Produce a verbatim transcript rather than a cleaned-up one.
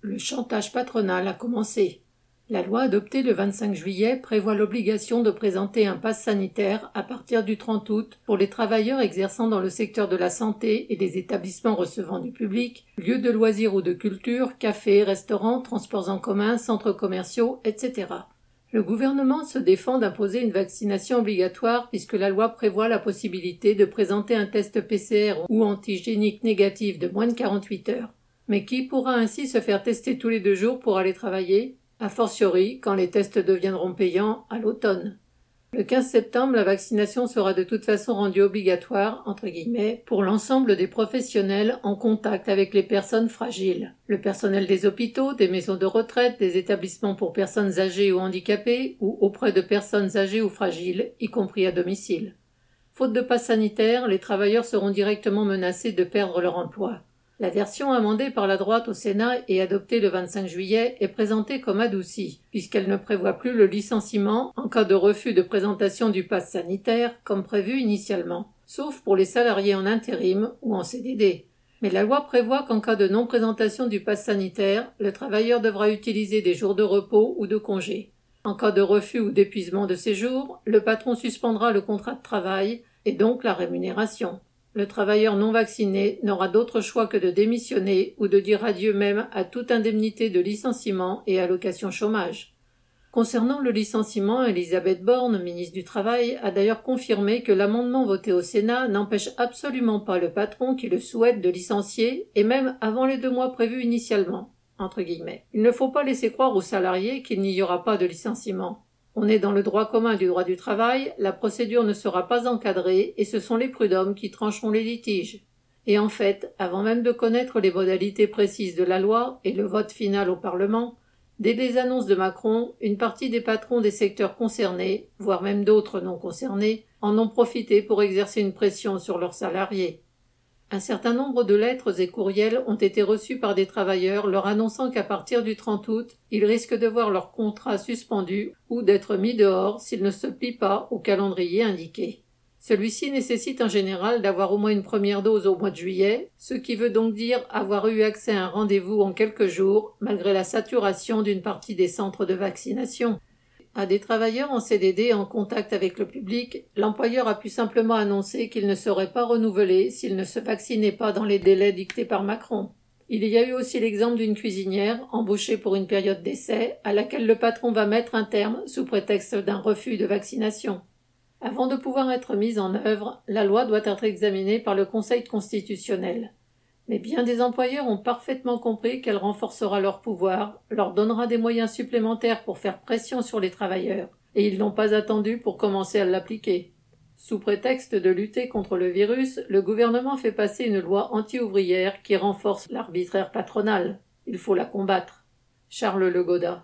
Le chantage patronal a commencé. La loi adoptée le vingt-cinq juillet prévoit l'obligation de présenter un pass sanitaire à partir du trente août pour les travailleurs exerçant dans le secteur de la santé et des établissements recevant du public, lieux de loisirs ou de culture, cafés, restaurants, transports en commun, centres commerciaux, et cetera. Le gouvernement se défend d'imposer une vaccination obligatoire puisque la loi prévoit la possibilité de présenter un test P C R ou antigénique négatif de moins de quarante-huit heures. Mais qui pourra ainsi se faire tester tous les deux jours pour aller travailler ? A fortiori quand les tests deviendront payants à l'automne. Le quinze septembre, la vaccination sera de toute façon rendue obligatoire, entre guillemets, pour l'ensemble des professionnels en contact avec les personnes fragiles. Le personnel des hôpitaux, des maisons de retraite, des établissements pour personnes âgées ou handicapées, ou auprès de personnes âgées ou fragiles, y compris à domicile. Faute de passe sanitaire, les travailleurs seront directement menacés de perdre leur emploi. La version amendée par la droite au Sénat et adoptée le vingt-cinq juillet est présentée comme adoucie, puisqu'elle ne prévoit plus le licenciement en cas de refus de présentation du pass sanitaire comme prévu initialement, sauf pour les salariés en intérim ou en C D D. Mais la loi prévoit qu'en cas de non-présentation du pass sanitaire, le travailleur devra utiliser des jours de repos ou de congé. En cas de refus ou d'épuisement de ces jours, le patron suspendra le contrat de travail et donc la rémunération. Le travailleur non vacciné n'aura d'autre choix que de démissionner ou de dire adieu même à toute indemnité de licenciement et allocation chômage. Concernant le licenciement, Elisabeth Borne, ministre du Travail, a d'ailleurs confirmé que l'amendement voté au Sénat n'empêche absolument pas le patron qui le souhaite de licencier, et même avant les deux mois prévus initialement, entre guillemets. Il ne faut pas laisser croire aux salariés qu'il n'y aura pas de licenciement. On est dans le droit commun du droit du travail, la procédure ne sera pas encadrée et ce sont les prud'hommes qui trancheront les litiges. Et en fait, avant même de connaître les modalités précises de la loi et le vote final au Parlement, dès les annonces de Macron, une partie des patrons des secteurs concernés, voire même d'autres non concernés, en ont profité pour exercer une pression sur leurs salariés. Un certain nombre de lettres et courriels ont été reçus par des travailleurs leur annonçant qu'à partir du trente août, ils risquent de voir leur contrat suspendu ou d'être mis dehors s'ils ne se plient pas au calendrier indiqué. Celui-ci nécessite en général d'avoir au moins une première dose au mois de juillet, ce qui veut donc dire avoir eu accès à un rendez-vous en quelques jours, malgré la saturation d'une partie des centres de vaccination. À des travailleurs en C D D en contact avec le public, l'employeur a pu simplement annoncer qu'il ne serait pas renouvelé s'il ne se vaccinait pas dans les délais dictés par Macron. Il y a eu aussi l'exemple d'une cuisinière, embauchée pour une période d'essai, à laquelle le patron va mettre un terme sous prétexte d'un refus de vaccination. Avant de pouvoir être mise en œuvre, la loi doit être examinée par le Conseil constitutionnel. Mais bien des employeurs ont parfaitement compris qu'elle renforcera leur pouvoir, leur donnera des moyens supplémentaires pour faire pression sur les travailleurs, et ils n'ont pas attendu pour commencer à l'appliquer. Sous prétexte de lutter contre le virus, le gouvernement fait passer une loi anti-ouvrière qui renforce l'arbitraire patronal. Il faut la combattre. Charles Le Goda.